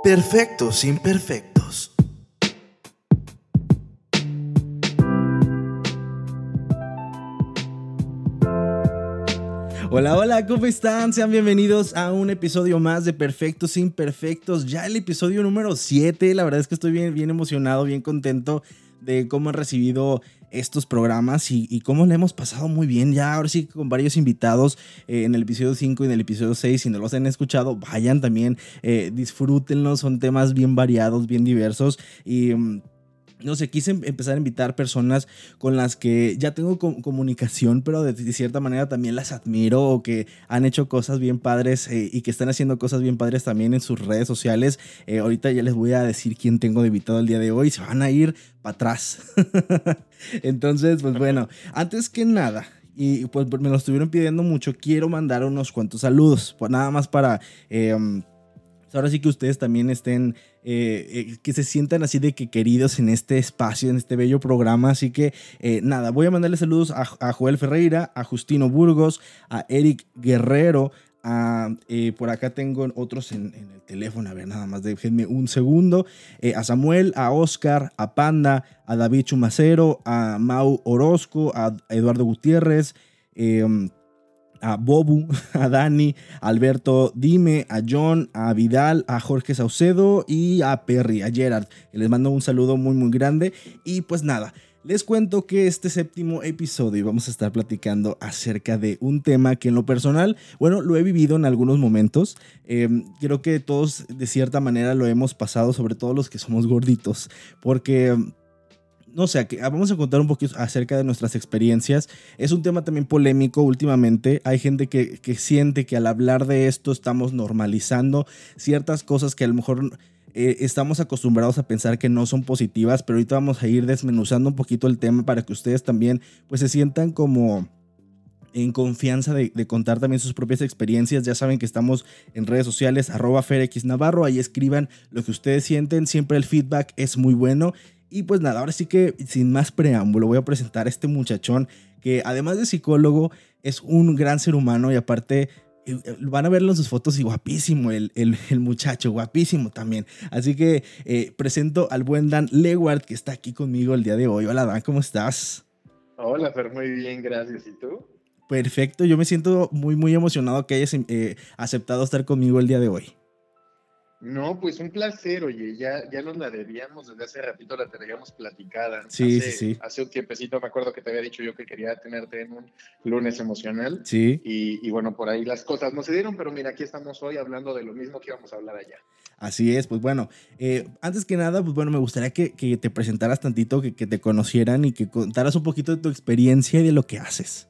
Perfectos Imperfectos. Hola, hola, ¿cómo están? Sean bienvenidos a un episodio más de Perfectos Imperfectos. Ya el episodio número 7. La verdad es que estoy bien emocionado, bien contento de cómo han recibido estos programas y cómo le hemos pasado muy bien. Ya ahora sí con varios invitados en el episodio 5 y en el episodio 6. Si no los han escuchado, vayan también, disfrútenlos. Son temas bien variados, bien diversos y... no sé, quise empezar a invitar personas con las que ya tengo comunicación, pero de cierta manera también las admiro o que han hecho cosas bien padres y que están haciendo cosas bien padres también en sus redes sociales. Ahorita ya les voy a decir quién tengo de invitado el día de hoy. Se van a ir para atrás. Entonces, pues bueno, antes que nada... y pues me lo estuvieron pidiendo mucho. Quiero mandar unos cuantos saludos. Pues nada más para... ahora sí que ustedes también estén, que se sientan así de que queridos en este espacio, en este bello programa. Así que nada, voy a mandarle saludos a Joel Ferreira, a Justino Burgos, a Eric Guerrero, por acá tengo otros en el teléfono. A ver, nada más déjenme un segundo. A Samuel, a Oscar, a Panda, a David Chumacero, a Mau Orozco, a Eduardo Gutiérrez, a Bobu, a Dani, a Alberto Dime, a John, a Vidal, a Jorge Saucedo y a Perry, a Gerard. Les mando un saludo muy grande. Y pues nada, les cuento que este séptimo episodio vamos a estar platicando acerca de un tema que en lo personal, bueno, lo he vivido en algunos momentos. Creo que todos de cierta manera lo hemos pasado, sobre todo los que somos gorditos, porque... no sé, vamos a contar un poquito acerca de nuestras experiencias. Es un tema también polémico últimamente. Hay gente que siente que al hablar de esto estamos normalizando ciertas cosas que a lo mejor estamos acostumbrados a pensar que no son positivas, pero ahorita vamos a ir desmenuzando un poquito el tema para que ustedes también pues se sientan como... en confianza de contar también sus propias experiencias. Ya saben que estamos en redes sociales, @FerXNavarro, ahí escriban lo que ustedes sienten, siempre el feedback es muy bueno. Y pues nada, ahora sí que sin más preámbulo voy a presentar a este muchachón que además de psicólogo es un gran ser humano y aparte... van a verlo en sus fotos y guapísimo el muchacho, guapísimo también. Así que presento al buen Dan Lewart que está aquí conmigo el día de hoy. Hola Dan, ¿cómo estás? Hola, Fer, muy bien, gracias. ¿Y tú? Perfecto, yo me siento muy emocionado que hayas aceptado estar conmigo el día de hoy. No, pues un placer, oye, ya nos la debíamos, desde hace ratito la teníamos platicada. Sí, sí, Hace, sí. hace un tiempecito me acuerdo que te había dicho yo que quería tenerte en un lunes emocional Sí, y bueno, por ahí las cosas no se dieron, pero mira, aquí estamos hoy hablando de lo mismo que íbamos a hablar allá. así es. Pues bueno, antes que nada, pues bueno, me gustaría que te presentaras tantito, que te conocieran y que contaras un poquito de tu experiencia y de lo que haces.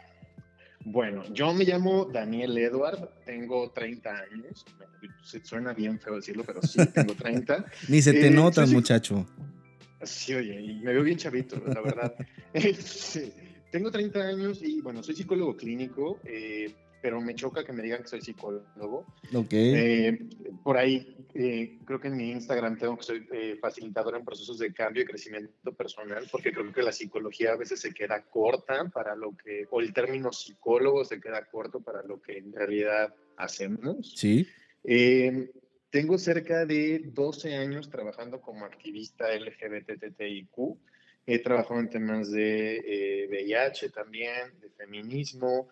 Bueno, yo me llamo Daniel Edward, tengo 30 años, suena bien feo decirlo, pero sí, tengo 30. Ni se te Soy notan, muchacho. Sí, oye, y me veo bien chavito, la verdad. Sí, tengo 30 años y bueno, soy psicólogo clínico, pero me choca que me digan que soy psicólogo. Ok, Eh, por ahí, creo que en mi Instagram tengo que soy facilitador en procesos de cambio y crecimiento personal, porque creo que la psicología a veces se queda corta para lo que, o el término psicólogo se queda corto para lo que en realidad hacemos. sí. Eh, Tengo cerca de 12 años trabajando como activista LGBTTIQ. He trabajado en temas de VIH también, de feminismo.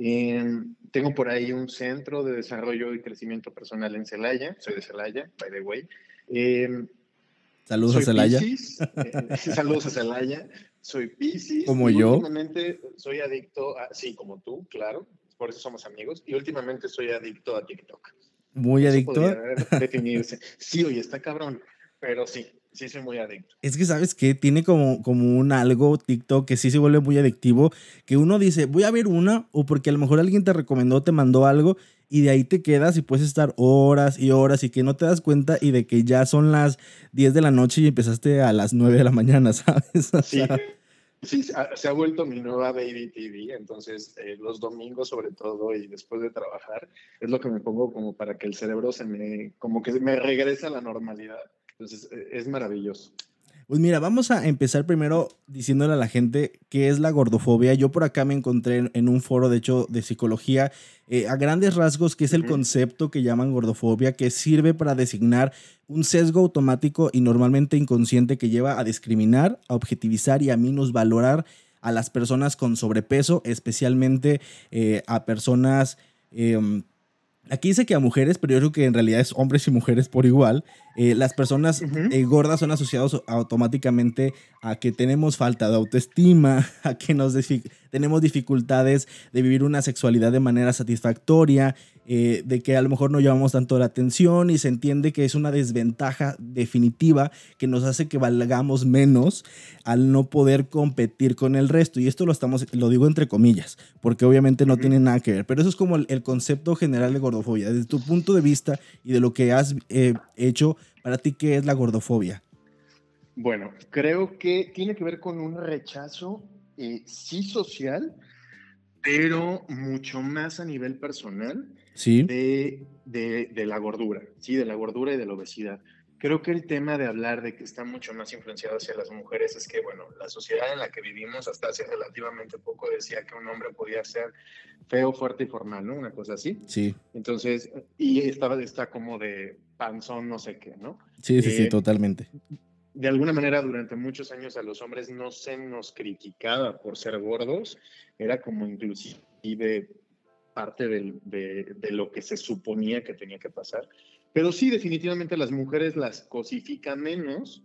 Tengo por ahí un centro de desarrollo y crecimiento personal en Celaya. Soy de Celaya, by the way. Eh, Saludos a Soy Celaya. Piscis. Saludos a Celaya. Soy Piscis Como y yo. últimamente soy adicto a, sí, como tú, claro, por eso somos amigos, y últimamente soy adicto a TikTok. Muy Eso adicto. podría definirse. Sí, oye, está cabrón, pero sí soy muy adicto. Es que, ¿sabes qué? Tiene como un algo TikTok que sí se vuelve muy adictivo, que uno dice, voy a ver una, o porque a lo mejor alguien te recomendó, te mandó algo, y de ahí te quedas y puedes estar horas y horas y que no te das cuenta y de que ya son las 10 de la noche y empezaste a las 9 de la mañana, ¿sabes? O Sí, sea, sí, se ha vuelto mi nueva Baby TV, entonces los domingos sobre todo y después de trabajar es lo que me pongo como para que el cerebro como que me regrese a la normalidad. Entonces es maravilloso. Pues mira, vamos a empezar primero diciéndole a la gente qué es la gordofobia. Yo por acá me encontré en un foro, de hecho, de psicología, a grandes rasgos, que es el Ujú, concepto que llaman gordofobia, que sirve para designar un sesgo automático y normalmente inconsciente que lleva a discriminar, a objetivizar y a minusvalorar a las personas con sobrepeso, especialmente a personas... em, Aquí dice que a mujeres, pero yo creo que en realidad es hombres y mujeres por igual. Las personas ujú. gordas son asociados automáticamente a que tenemos falta de autoestima, a que tenemos dificultades de vivir una sexualidad de manera satisfactoria, de que a lo mejor no llevamos tanto la atención y se entiende que es una desventaja definitiva que nos hace que valgamos menos al no poder competir con el resto. Y esto lo digo entre comillas, porque obviamente no Ujú. tiene nada que ver. Pero eso es como el concepto general de gordofobia. Desde tu punto de vista y de lo que has hecho, para ti, ¿qué es la gordofobia? Bueno, creo que tiene que ver con un rechazo, sí social, pero mucho más a nivel personal Sí, de la gordura, ¿sí? De la gordura y de la obesidad. Creo que el tema de hablar de que está mucho más influenciado hacia las mujeres es que, bueno, la sociedad en la que vivimos hasta hace relativamente poco decía que un hombre podía ser feo, fuerte y formal, ¿no? Una cosa así. sí, Entonces, y está como de panzón, no sé qué, ¿no? sí, sí, sí, Eh, totalmente. de alguna manera durante muchos años a los hombres no se nos criticaba por ser gordos, era como inclusive parte de lo que se suponía que tenía que pasar. Pero sí, definitivamente las mujeres las cosifican menos,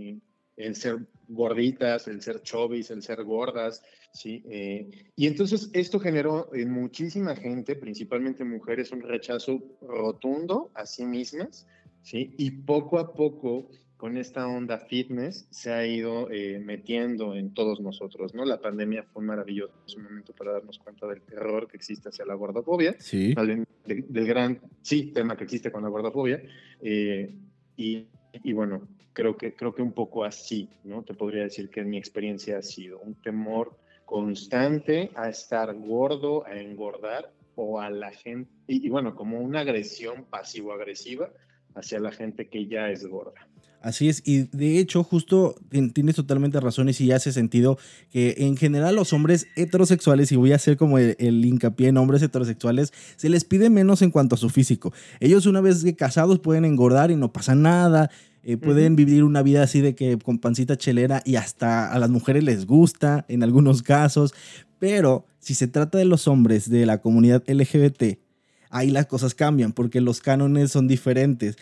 el ser gorditas, el ser chovis, el ser gordas, ¿sí? Y entonces esto generó en muchísima gente, principalmente mujeres, un rechazo rotundo a sí mismas, ¿sí? Y poco a poco con esta onda fitness se ha ido metiendo en todos nosotros, ¿no? La pandemia fue un maravilloso momento para darnos cuenta del terror que existe hacia la gordofobia, Sí. más bien del gran, sí, tema que existe con la gordofobia, eh, y, y, bueno, creo que un poco así, ¿no? Te podría decir que en mi experiencia ha sido un temor constante a estar gordo, a engordar, o a la gente, y bueno, como una agresión pasivo-agresiva hacia la gente que ya es gorda. Así es, y de hecho, justo tienes totalmente razón y sí hace sentido que en general los hombres heterosexuales, y voy a hacer como el hincapié en hombres heterosexuales, se les pide menos en cuanto a su físico. Ellos una vez que casados pueden engordar y no pasa nada, Uh -huh. pueden vivir una vida así de que con pancita chelera y hasta a las mujeres les gusta en algunos casos, pero si se trata de los hombres de la comunidad LGBT, ahí las cosas cambian porque los cánones son diferentes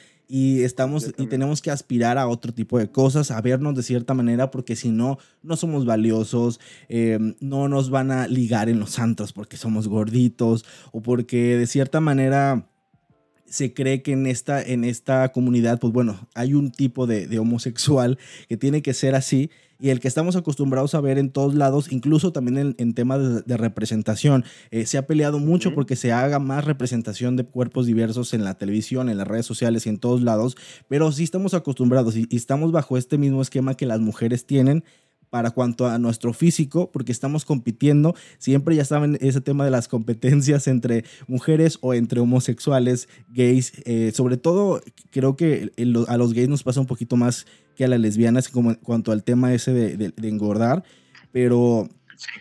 y Completamente. tenemos que aspirar a otro tipo de cosas, a vernos de cierta manera, porque si no, no somos valiosos, no nos van a ligar en los antros porque somos gorditos o porque de cierta manera se cree que en esta comunidad, pues bueno, hay un tipo de homosexual que tiene que ser así y el que estamos acostumbrados a ver en todos lados, incluso también en temas de representación. Se ha peleado Uh mucho -huh. porque se haga más representación de cuerpos diversos en la televisión, en las redes sociales y en todos lados, pero sí estamos acostumbrados y estamos bajo este mismo esquema que las mujeres tienen para cuanto a nuestro físico, porque estamos compitiendo. Siempre ya saben ese tema de las competencias entre mujeres o entre homosexuales, gays. Sobre todo, creo que a los gays nos pasa un poquito más que a las lesbianas como en cuanto al tema ese de engordar, pero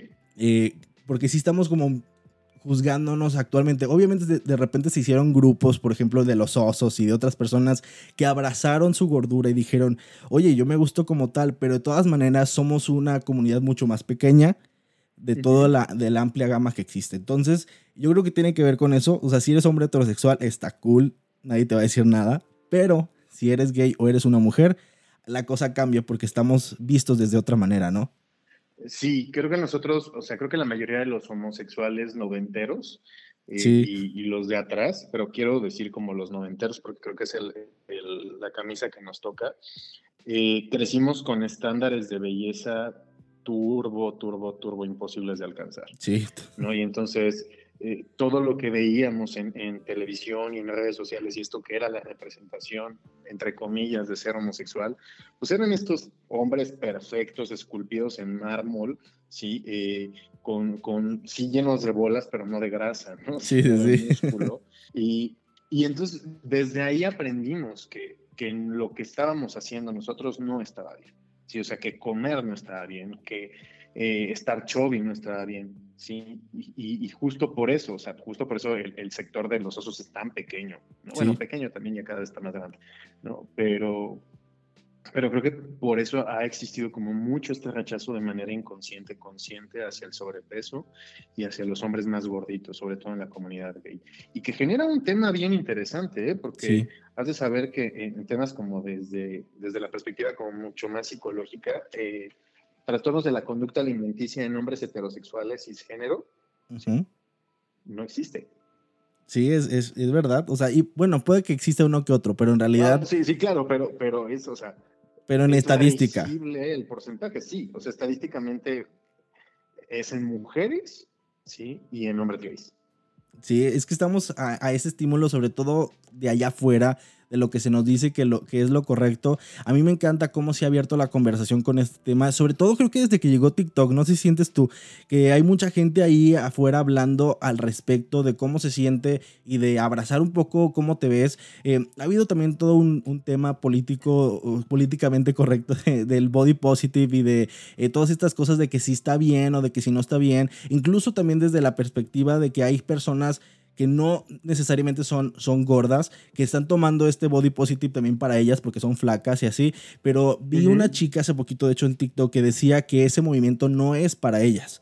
porque sí estamos como juzgándonos actualmente. Obviamente de repente se hicieron grupos, por ejemplo, de los osos y de otras personas que abrazaron su gordura y dijeron, oye, yo me gusto como tal, pero de todas maneras somos una comunidad mucho más pequeña de Uh -huh. toda de la amplia gama que existe. Entonces, yo creo que tiene que ver con eso. O sea, si eres hombre heterosexual, está cool, nadie te va a decir nada, pero si eres gay o eres una mujer, la cosa cambia porque estamos vistos desde otra manera, ¿no? Sí, creo que nosotros, o sea, creo que la mayoría de los homosexuales noventeros Sí, y los de atrás, pero quiero decir como los noventeros porque creo que es la camisa que nos toca, crecimos con estándares de belleza turbo imposibles de alcanzar, sí, ¿no? Y entonces todo lo que veíamos en televisión y en redes sociales y esto que era la representación, entre comillas, de ser homosexual, pues eran estos hombres perfectos, esculpidos en mármol, ¿sí? Sí llenos de bolas, pero no de grasa, ¿no? sí, Sino de sí, sí. músculo. Y entonces desde ahí aprendimos que en lo que estábamos haciendo nosotros no estaba bien. ¿sí? O sea, que comer no estaba bien, que estar chubby no estaba bien, ¿sí? Y justo por eso, o sea, justo por eso el sector de los osos es tan pequeño, ¿no? Bueno, Sí, pequeño también ya cada vez está más grande, ¿no? Pero creo que por eso ha existido como mucho este rechazo de manera inconsciente, consciente hacia el sobrepeso y hacia los hombres más gorditos, sobre todo en la comunidad gay. Y que genera un tema bien interesante, ¿eh? Porque sí. has de saber que en temas como desde la perspectiva como mucho más psicológica, trastornos de la conducta alimenticia en hombres heterosexuales cisgénero, ¿sí? Ujú. No existe. Sí, es verdad. O sea, y bueno, puede que exista uno que otro, pero en No, realidad, sí, sí, claro, pero es, o sea, pero en es estadística. risible el porcentaje, sí. O sea, estadísticamente es en mujeres, ¿sí? Y en hombres gays. Sí, es que estamos a ese estímulo, sobre todo de allá afuera, de lo que se nos dice que es lo correcto. A mí me encanta cómo se ha abierto la conversación con este tema. Sobre todo creo que desde que llegó TikTok, no sé si sientes tú que hay mucha gente ahí afuera hablando al respecto de cómo se siente y de abrazar un poco cómo te ves. Ha habido también todo un tema político, políticamente correcto del body positive y de todas estas cosas de que si está bien o de que si no está bien. Incluso también desde la perspectiva de que hay personas que no necesariamente son gordas, que están tomando este body positive también para ellas porque son flacas y así, pero vi una Ujú. chica hace poquito, de hecho en TikTok, que decía que ese movimiento no es para ellas,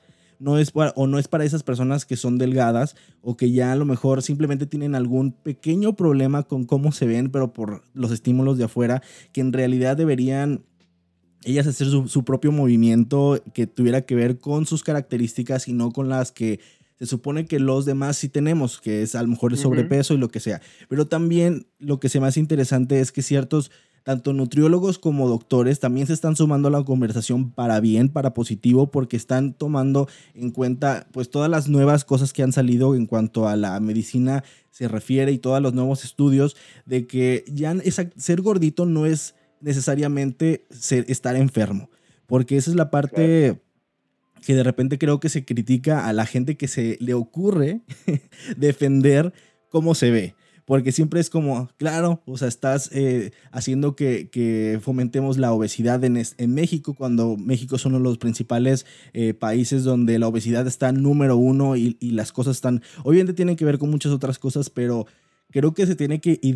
no es para esas personas que son delgadas o que ya a lo mejor simplemente tienen algún pequeño problema con cómo se ven, pero por los estímulos de afuera, que en realidad deberían ellas hacer su propio movimiento que tuviera que ver con sus características y no con las que se supone que los demás sí tenemos, que es a lo mejor el Ujú. sobrepeso y lo que sea. Pero también lo que se me hace interesante es que ciertos, tanto nutriólogos como doctores, también se están sumando a la conversación para bien, para positivo, porque están tomando en cuenta pues todas las nuevas cosas que han salido en cuanto a la medicina se refiere y todos los nuevos estudios de que ya ser gordito no es necesariamente estar enfermo, porque esa es la Claro. parte que de repente creo que se critica a la gente que se le ocurre defender cómo se ve. Porque siempre es como, claro, o sea, estás haciendo que fomentemos la obesidad en México, cuando México es uno de los principales países donde la obesidad está número uno y las cosas están, obviamente tienen que ver con muchas otras cosas, pero creo que se tiene que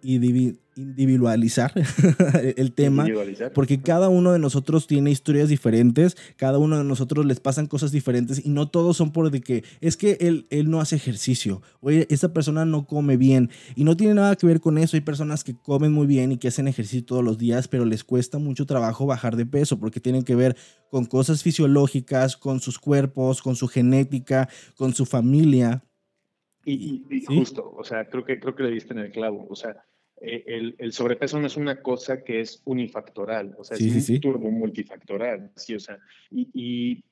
individualizar el tema, Individualizar. porque Ajá. cada uno de nosotros tiene historias diferentes, cada uno de nosotros les pasan cosas diferentes y no todos son por de que es que él no hace ejercicio, oye, esa persona no come bien y no tiene nada que ver con eso. Hay personas que comen muy bien y que hacen ejercicio todos los días, pero les cuesta mucho trabajo bajar de peso porque tienen que ver con cosas fisiológicas, con sus cuerpos, con su genética, con su familia. Y, Y ¿sí? justo, o sea, creo que le diste en el clavo. O sea, el sobrepeso no es una cosa que es unifactoral, o sea, es Sí, sí, sí. turbo multifactoral, sí, o sea, y, y,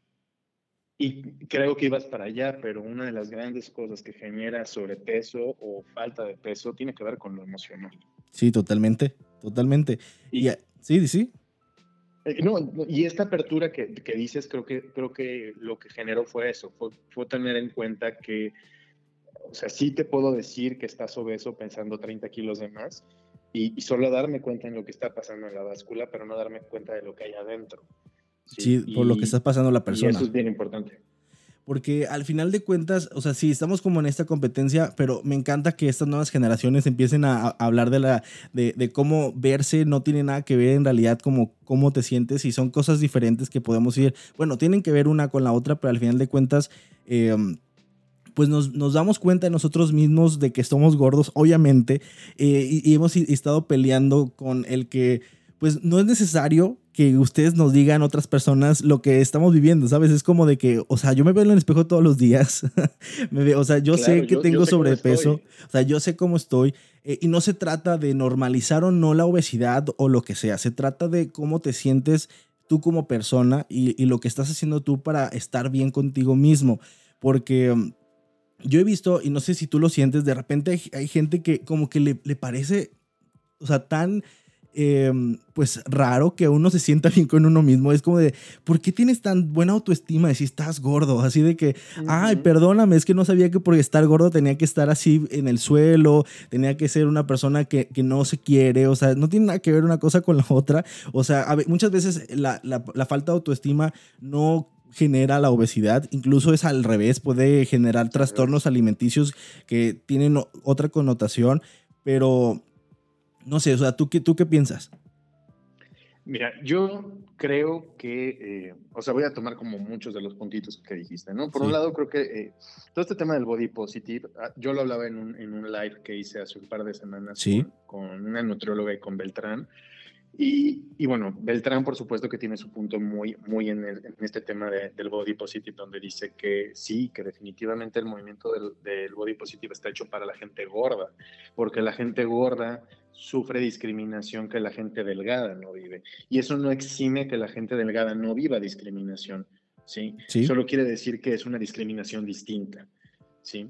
y creo que ibas para allá, pero una de las grandes cosas que genera sobrepeso o falta de peso tiene que ver con lo emocional. Sí, totalmente, totalmente. Y Y sí, sí, no, y esta apertura que dices, creo que lo que generó fue eso, fue tener en cuenta que, o sea, sí te puedo decir que estás obeso pensando 30 kilos de más y solo darme cuenta en lo que está pasando en la báscula, pero no darme cuenta de lo que hay adentro, sí, ¿sí? por lo que está pasando la Y eso persona. es bien importante. Porque al final de cuentas, o sea, sí, estamos como en esta competencia, pero me encanta que estas nuevas generaciones empiecen a hablar de cómo verse, no tiene nada que ver en realidad como cómo te sientes y son cosas diferentes que podemos ir, bueno, tienen que ver una con la otra, pero al final de cuentas, eh, pues nos damos cuenta de nosotros mismos de que somos gordos, obviamente, y hemos estado peleando con el que, pues no es necesario que ustedes nos digan otras personas lo que estamos viviendo, ¿sabes? Es como de que, o sea, yo me veo en el espejo todos los días, o sea, yo Claro, sé que yo tengo sé cómo sobrepeso, estoy. o sea, yo sé cómo estoy, y no se trata de normalizar o no la obesidad o lo que sea, se trata de cómo te sientes tú como persona y lo que estás haciendo tú para estar bien contigo mismo, porque yo he visto, y no sé si tú lo sientes, de repente hay gente que como que le parece, o sea, tan pues raro que uno se sienta bien con uno mismo. Es como de, ¿por qué tienes tan buena autoestima de si estás gordo? Así de que, ay, perdóname, es que no sabía que por estar gordo tenía que estar así en el suelo, tenía que ser una persona que no se quiere, o sea, no tiene nada que ver una cosa con la otra. O sea, muchas veces la falta de autoestima no genera la obesidad, incluso es al revés, puede generar trastornos alimenticios que tienen otra connotación, pero no sé, o sea, ¿tú qué piensas? Mira, yo creo que, o sea, voy a tomar como muchos de los puntitos que dijiste, ¿no? Por un Sí, lado, creo que todo este tema del body positive, yo lo hablaba en un live que hice hace un par de semanas sí, con una nutrióloga y con Beltrán. Y bueno, Beltrán, por supuesto, que tiene su punto muy en este tema del body positive, donde dice que sí, que definitivamente el movimiento del body positive está hecho para la gente gorda, porque la gente gorda sufre discriminación que la gente delgada no vive. Y eso no exime que la gente delgada no viva discriminación, ¿sí? sí, Solo quiere decir que es una discriminación distinta, ¿sí?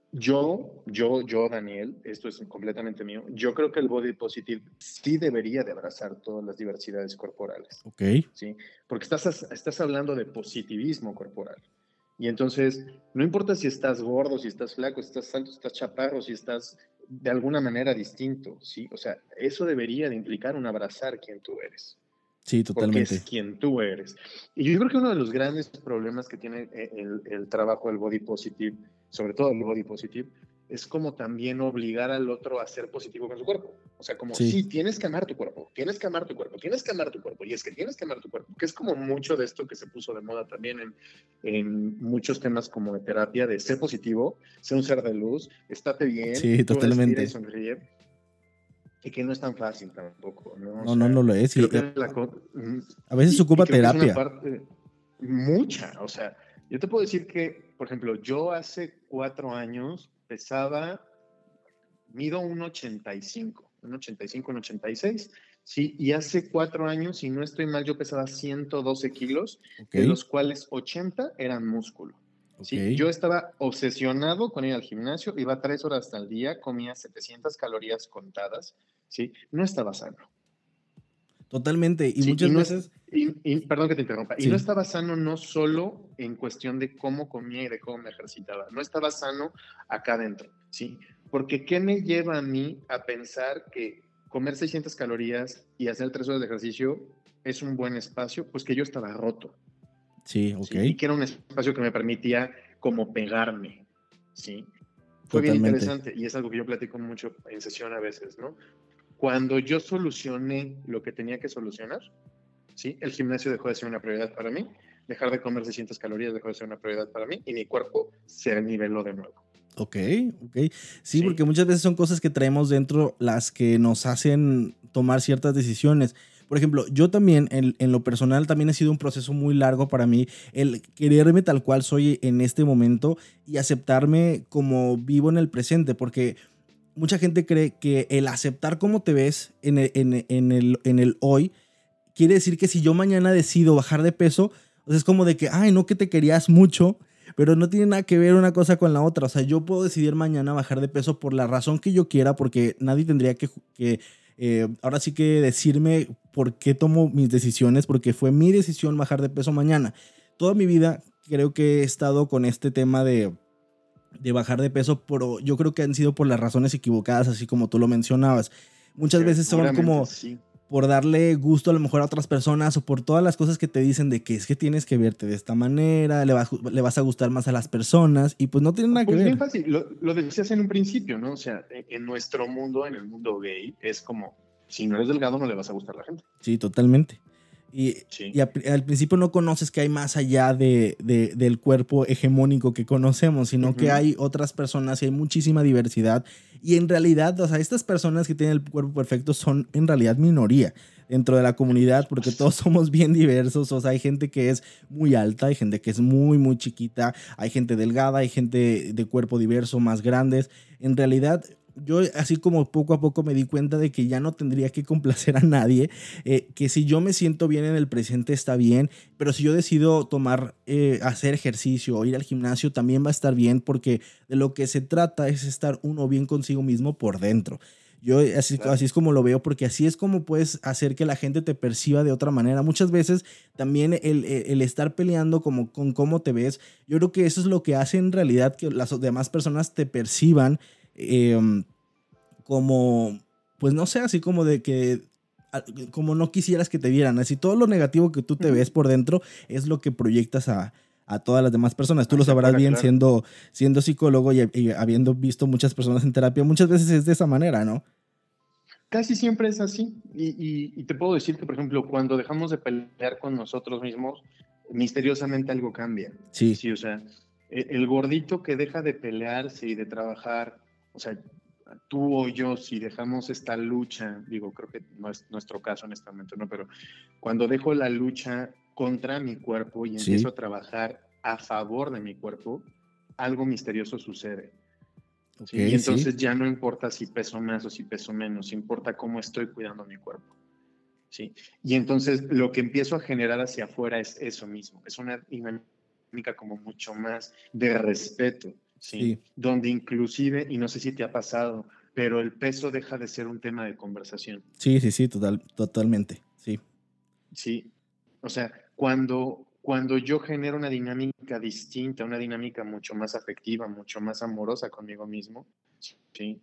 Daniel, esto es completamente mío, yo creo que el body positive sí debería de abrazar todas las diversidades corporales, ok, ¿sí? Porque estás hablando de positivismo corporal. Y entonces, no importa si estás gordo, si estás flaco, si estás alto, si estás chaparro, si estás de alguna manera distinto, ¿sí? O sea, eso debería de implicar un abrazar quien tú eres, sí, porque es totalmente. quien tú eres. Y yo creo que uno de los grandes problemas que tiene el trabajo del body positive, sobre todo el body positive, es como también obligar al otro a ser positivo con su cuerpo. O sea, como Sí, sí, tienes que amar tu cuerpo, tienes que amar tu cuerpo, tienes que amar tu cuerpo, y es que tienes que amar tu cuerpo, que es como mucho de esto que se puso de moda también en muchos temas como de terapia, de ser positivo, ser un ser de luz, estate bien, sí, tú respira y totalmente. sonríe, y que no es tan fácil tampoco, ¿no? O No, no, sea, no lo es. creo Y que a veces y ocupa creo que es una terapia. parte mucha, o sea, yo te puedo decir que, por ejemplo, yo hace 4 años pesaba, mido 1,85, 1,85, 1,86, sí, y hace 4 años, si no estoy mal, yo pesaba 112 kilos, Ok, de los cuales 80 eran músculo. ok. Sí, yo estaba obsesionado con ir al gimnasio, iba 3 horas al día, comía 700 calorías contadas, ¿sí? No estaba sano, Totalmente. Y ¿sí? muchas veces, Perdón que te interrumpa, y no sí, estaba sano no solo en cuestión de cómo comía y de cómo me ejercitaba, no estaba sano acá adentro, ¿sí? Porque ¿qué me lleva a mí a pensar que comer 600 calorías y hacer 3 horas de ejercicio es un buen espacio? Pues que yo estaba roto, sí, ok, ¿sí? Y que era un espacio que me permitía como pegarme, ¿sí? Fue bien totalmente. interesante y es algo que yo platico mucho en sesión a veces, ¿no? Cuando yo solucioné lo que tenía que solucionar, ¿sí? El gimnasio dejó de ser una prioridad para mí, dejar de comer 600 calorías dejó de ser una prioridad para mí y mi cuerpo se niveló de nuevo, Ok, ok. Sí, ¿sí? porque muchas veces son cosas que traemos dentro las que nos hacen tomar ciertas decisiones. Por ejemplo, yo también, en lo personal, también ha sido un proceso muy largo para mí el quererme tal cual soy en este momento y aceptarme como vivo en el presente, porque mucha gente cree que el aceptar cómo te ves en el hoy quiere decir que si yo mañana decido bajar de peso, o sea, es como de que, ay, no que te querías mucho, pero no tiene nada que ver una cosa con la otra. O sea, yo puedo decidir mañana bajar de peso por la razón que yo quiera, porque nadie tendría que ahora sí que decirme por qué tomo mis decisiones, porque fue mi decisión bajar de peso mañana. Toda mi vida creo que he estado con este tema de bajar de peso, pero yo creo que han sido por las razones equivocadas, así como tú lo mencionabas. Muchas veces son Seguramente como sí. por darle gusto a lo mejor a otras personas o por todas las cosas que te dicen de que es que tienes que verte de esta manera, le vas a gustar más a las personas y pues no tiene nada que Pues bien ver. fácil, lo decías en un principio, ¿no? O sea, en nuestro mundo, en el mundo gay, es como, si no eres delgado no le vas a gustar a la gente, Sí, totalmente. Y, ¿sí? al principio no conoces que hay más allá del cuerpo hegemónico que conocemos, sino que Ujú. hay otras personas y hay muchísima diversidad. Y en realidad, o sea, estas personas que tienen el cuerpo perfecto son en realidad minoría dentro de la comunidad, porque todos somos bien diversos. O sea, hay gente que es muy alta, hay gente que es muy, muy chiquita, hay gente delgada, hay gente de cuerpo diverso, más grandes. En realidad, yo así como poco a poco me di cuenta de que ya no tendría que complacer a nadie, que si yo me siento bien en el presente está bien, pero si yo decido hacer ejercicio o ir al gimnasio también va a estar bien, porque de lo que se trata es estar uno bien consigo mismo por dentro. Yo así, Claro. así es como lo veo, porque así es como puedes hacer que la gente te perciba de otra manera. Muchas veces también el estar peleando como con cómo te ves, yo creo que eso es lo que hace en realidad que las demás personas te perciban eh, como, pues no sé, así como de que como no quisieras que te vieran, así todo lo negativo que tú te ves Ujú. por dentro es lo que proyectas a todas las demás personas. Tú lo Hacia sabrás afuera, bien claro. siendo psicólogo y habiendo visto muchas personas en terapia, muchas veces es de esa manera, ¿no? Casi siempre es así. Y te puedo decir que, por ejemplo, cuando dejamos de pelear con nosotros mismos, misteriosamente algo cambia. Sí, Sí, o sea, el gordito que deja de pelearse y de trabajar, o sea, tú o yo, si dejamos esta lucha, digo, creo que no es nuestro caso en este momento, ¿no? Pero cuando dejo la lucha contra mi cuerpo y empiezo sí, a trabajar a favor de mi cuerpo, algo misterioso sucede. ok, ¿Sí? Y sí, entonces ya no importa si peso más o si peso menos, importa cómo estoy cuidando mi cuerpo. ¿Sí? Y entonces lo que empiezo a generar hacia afuera es eso mismo, es una dinámica como mucho más de respeto, ¿sí? sí, Donde inclusive, y no sé si te ha pasado, pero el peso deja de ser un tema de conversación, sí, sí, sí, totalmente, sí, ¿sí? O sea, cuando yo genero una dinámica distinta, una dinámica mucho más afectiva, mucho más amorosa conmigo mismo, ¿sí?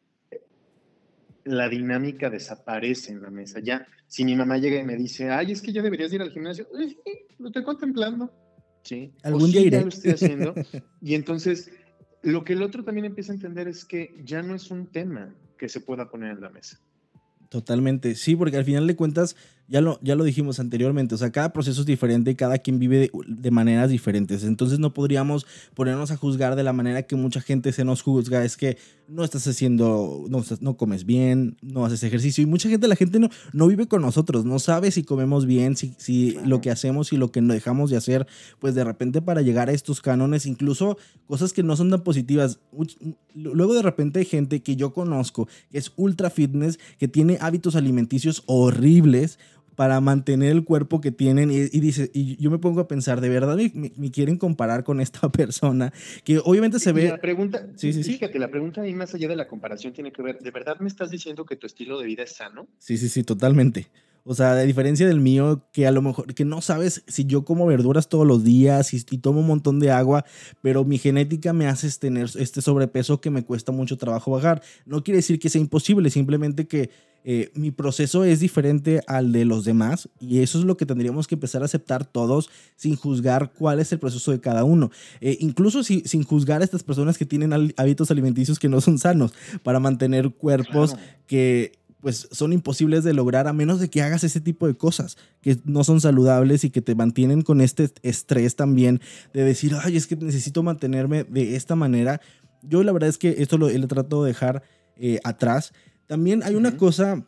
La dinámica desaparece en la mesa. Ya, si mi mamá llega y me dice, ay, es que ya deberías ir al gimnasio, lo estoy contemplando, ¿sí? O algún día sí, ya lo iré. estoy haciendo. Y entonces, lo que el otro también empieza a entender es que ya no es un tema que se pueda poner en la mesa. Totalmente, sí, porque al final de cuentas, ya lo dijimos anteriormente, o sea, cada proceso es diferente, cada quien vive de maneras diferentes, entonces no podríamos ponernos a juzgar de la manera que mucha gente se nos juzga, es que no estás haciendo, no comes bien, no haces ejercicio, y mucha gente, la gente no vive con nosotros, no sabe si comemos bien, si lo Claro. que hacemos y lo que no dejamos de hacer, pues de repente para llegar a estos cánones, incluso cosas que no son tan positivas, luego de repente hay gente que yo conozco, que es ultra fitness, que tiene hábitos alimenticios horribles para mantener el cuerpo que tienen y dice, y yo me pongo a pensar, ¿de verdad me quieren comparar con esta persona? Que obviamente se Y ve, la pregunta, sí, sí, y sí, fíjate, la pregunta ahí más allá de la comparación tiene que ver, ¿de verdad me estás diciendo que tu estilo de vida es sano? sí, sí, sí, totalmente. O sea, a diferencia del mío, que a lo mejor, que no sabes si yo como verduras todos los días y tomo un montón de agua, pero mi genética me hace tener este sobrepeso que me cuesta mucho trabajo bajar. No quiere decir que sea imposible, simplemente que mi proceso es diferente al de los demás y eso es lo que tendríamos que empezar a aceptar todos sin juzgar cuál es el proceso de cada uno. Incluso sin juzgar a estas personas que tienen hábitos alimenticios que no son sanos para mantener cuerpos Claro. que pues son imposibles de lograr a menos de que hagas ese tipo de cosas que no son saludables y que te mantienen con este estrés también de decir, ay, es que necesito mantenerme de esta manera. Yo la verdad es que esto lo trato de dejar atrás. También hay una Ujú. cosa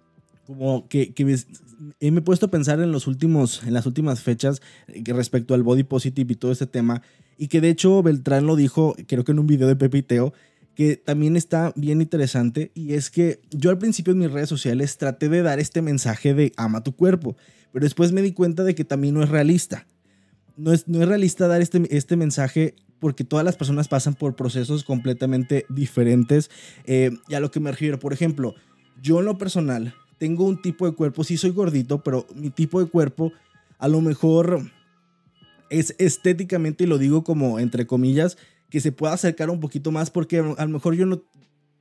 como que me he puesto a pensar en las últimas fechas que respecto al body positive y todo este tema, y que de hecho Beltrán lo dijo, creo que en un video de Pepe y Teo, que también está bien interesante, y es que yo al principio en mis redes sociales traté de dar este mensaje de ama tu cuerpo, pero después me di cuenta de que también no es realista. No es realista dar este mensaje porque todas las personas pasan por procesos completamente diferentes. Y a lo que me refiero, por ejemplo, yo en lo personal tengo un tipo de cuerpo, sí soy gordito, pero mi tipo de cuerpo a lo mejor es estéticamente, y lo digo como entre comillas, que se pueda acercar un poquito más porque a lo mejor yo no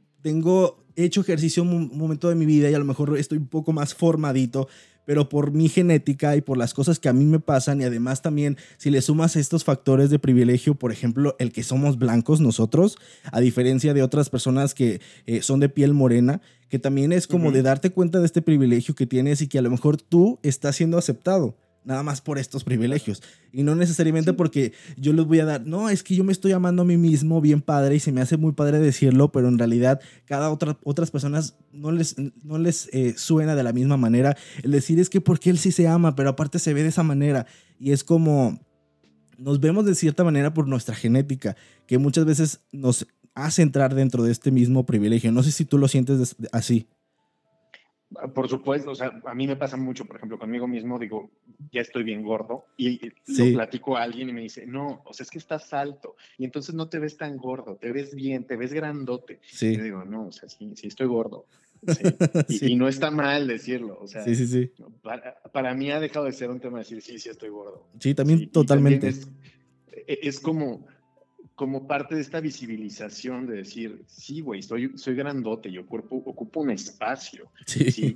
he hecho ejercicio un momento de mi vida y a lo mejor estoy un poco más formadito, pero por mi genética y por las cosas que a mí me pasan y además también si le sumas estos factores de privilegio, por ejemplo, el que somos blancos nosotros, a diferencia de otras personas que son de piel morena, que también es como de Ujú. darte cuenta de este privilegio que tienes y que a lo mejor tú estás siendo aceptado. Nada más por estos Claro. privilegios. Y no necesariamente Sí. porque yo les voy a dar, no, es que yo me estoy amando a mí mismo bien padre y se me hace muy padre decirlo, pero en realidad otras personas no les suena de la misma manera. El decir es que porque él sí se ama, pero aparte se ve de esa manera. Y es como, nos vemos de cierta manera por nuestra genética, que muchas veces nos hace entrar dentro de este mismo privilegio. No sé si tú lo sientes así. Por supuesto, o sea, a mí me pasa mucho, por ejemplo, conmigo mismo, digo, ya estoy bien gordo y lo Sí, platico a alguien y me dice, no, o sea, es que estás alto y entonces no te ves tan gordo, te ves bien, te ves grandote. Y yo sí, digo, no, o sea, sí, sí estoy gordo, sí. Y sí, no está mal decirlo, o sí, sea, sí, sí. para mí ha dejado de ser un tema de decir, sí, sí estoy gordo, Sí, también sí. Y también totalmente. es como parte de esta visibilización de decir, sí, güey, soy grandote, yo ocupo un espacio, Sí, ¿sí?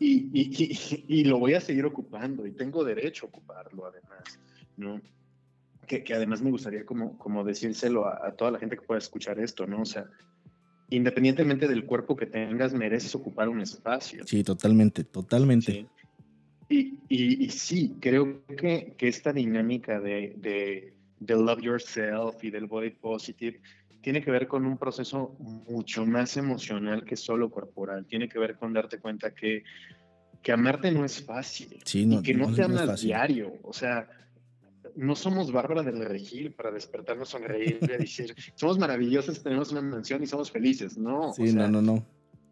Y lo voy a seguir ocupando y tengo derecho a ocuparlo además, ¿no? Que además me gustaría como decírselo a toda la gente que pueda escuchar esto, ¿no? O sea, independientemente del cuerpo que tengas, mereces ocupar un espacio, sí, totalmente, totalmente. ¿sí? Y sí, creo que esta dinámica de love yourself y del body positive tiene que ver con un proceso mucho más emocional que solo corporal. Tiene que ver con darte cuenta que amarte no es fácil Sí, y no, que no te no es amas fácil. diario. O sea, no somos Bárbara del Regil para despertarnos, sonreír y decir, somos maravillosas, tenemos una mansión y somos felices. No, o Sí, no, sea, no, no.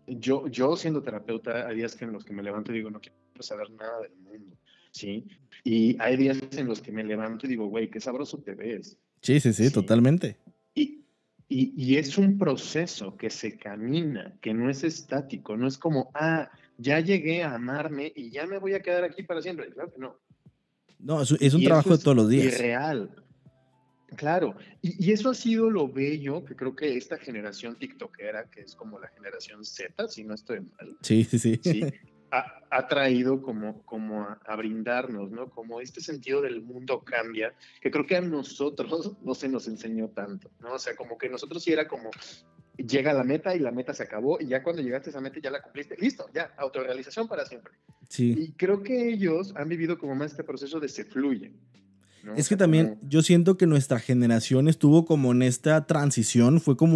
yo siendo terapeuta, hay días en los que me levanto y digo, no quiero saber nada del mundo, ¿sí? Y hay días en los que me levanto y digo, güey, qué sabroso te ves, Sí, sí, sí, ¿sí? totalmente. Y, y es un proceso que se camina, que no es estático, no es como, ya llegué a amarme y ya me voy a quedar aquí para siempre. Claro que no. No, es un Y eso trabajo de es todos los días. irreal. Claro, y eso ha sido lo bello que creo que esta generación tiktokera, que es como la generación Z, si no estoy mal, Sí, sí, sí. ¿sí? Ha traído como a brindarnos, ¿no? Como este sentido del mundo cambia, que creo que a nosotros no se nos enseñó tanto, ¿no? O sea, como que nosotros sí era como, llega a la meta y la meta se acabó, y ya cuando llegaste a esa meta ya la cumpliste, listo, ya, autorrealización para siempre. Sí. Y creo que ellos han vivido como más este proceso de se fluye, ¿no? O Es que sea, también como, yo siento que nuestra generación estuvo como en esta transición, fue como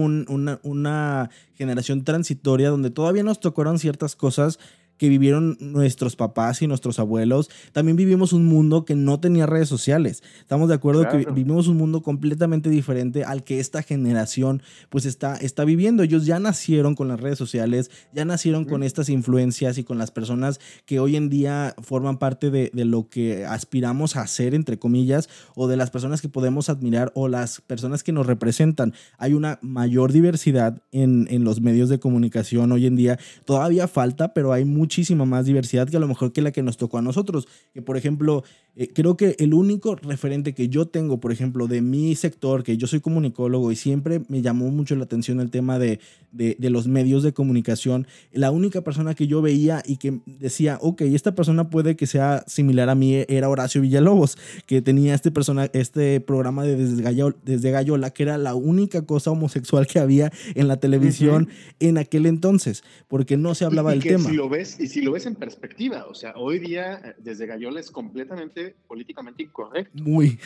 una generación transitoria donde todavía nos tocaron ciertas cosas que vivieron nuestros papás y nuestros abuelos. También vivimos un mundo que no tenía redes sociales. Estamos de acuerdo que claro. vivimos un mundo completamente diferente al que esta generación pues está viviendo. Ellos ya nacieron con las redes sociales, ya nacieron con ¿Mm? estas influencias y con las personas que hoy en día forman parte de lo que aspiramos a hacer, entre comillas, o de las personas que podemos admirar o las personas que nos representan. Hay una mayor diversidad en los medios de comunicación hoy en día. Todavía falta, pero hay muchísima más diversidad que a lo mejor que la que nos tocó a nosotros. Que por ejemplo, creo que el único referente que yo tengo, por ejemplo, de mi sector, que yo soy comunicólogo y siempre me llamó mucho la atención el tema de los medios de comunicación, la única persona que yo veía y que decía, ok, esta persona puede que sea similar a mí, era Horacio Villalobos, que tenía este programa de Desde Gallola, que era la única cosa homosexual que había en la Uh televisión -huh. en aquel entonces, porque no se hablaba Y del que si tema. lo ves, y si lo ves en perspectiva, o sea, hoy día desde Gallola es completamente políticamente incorrecto. Muy.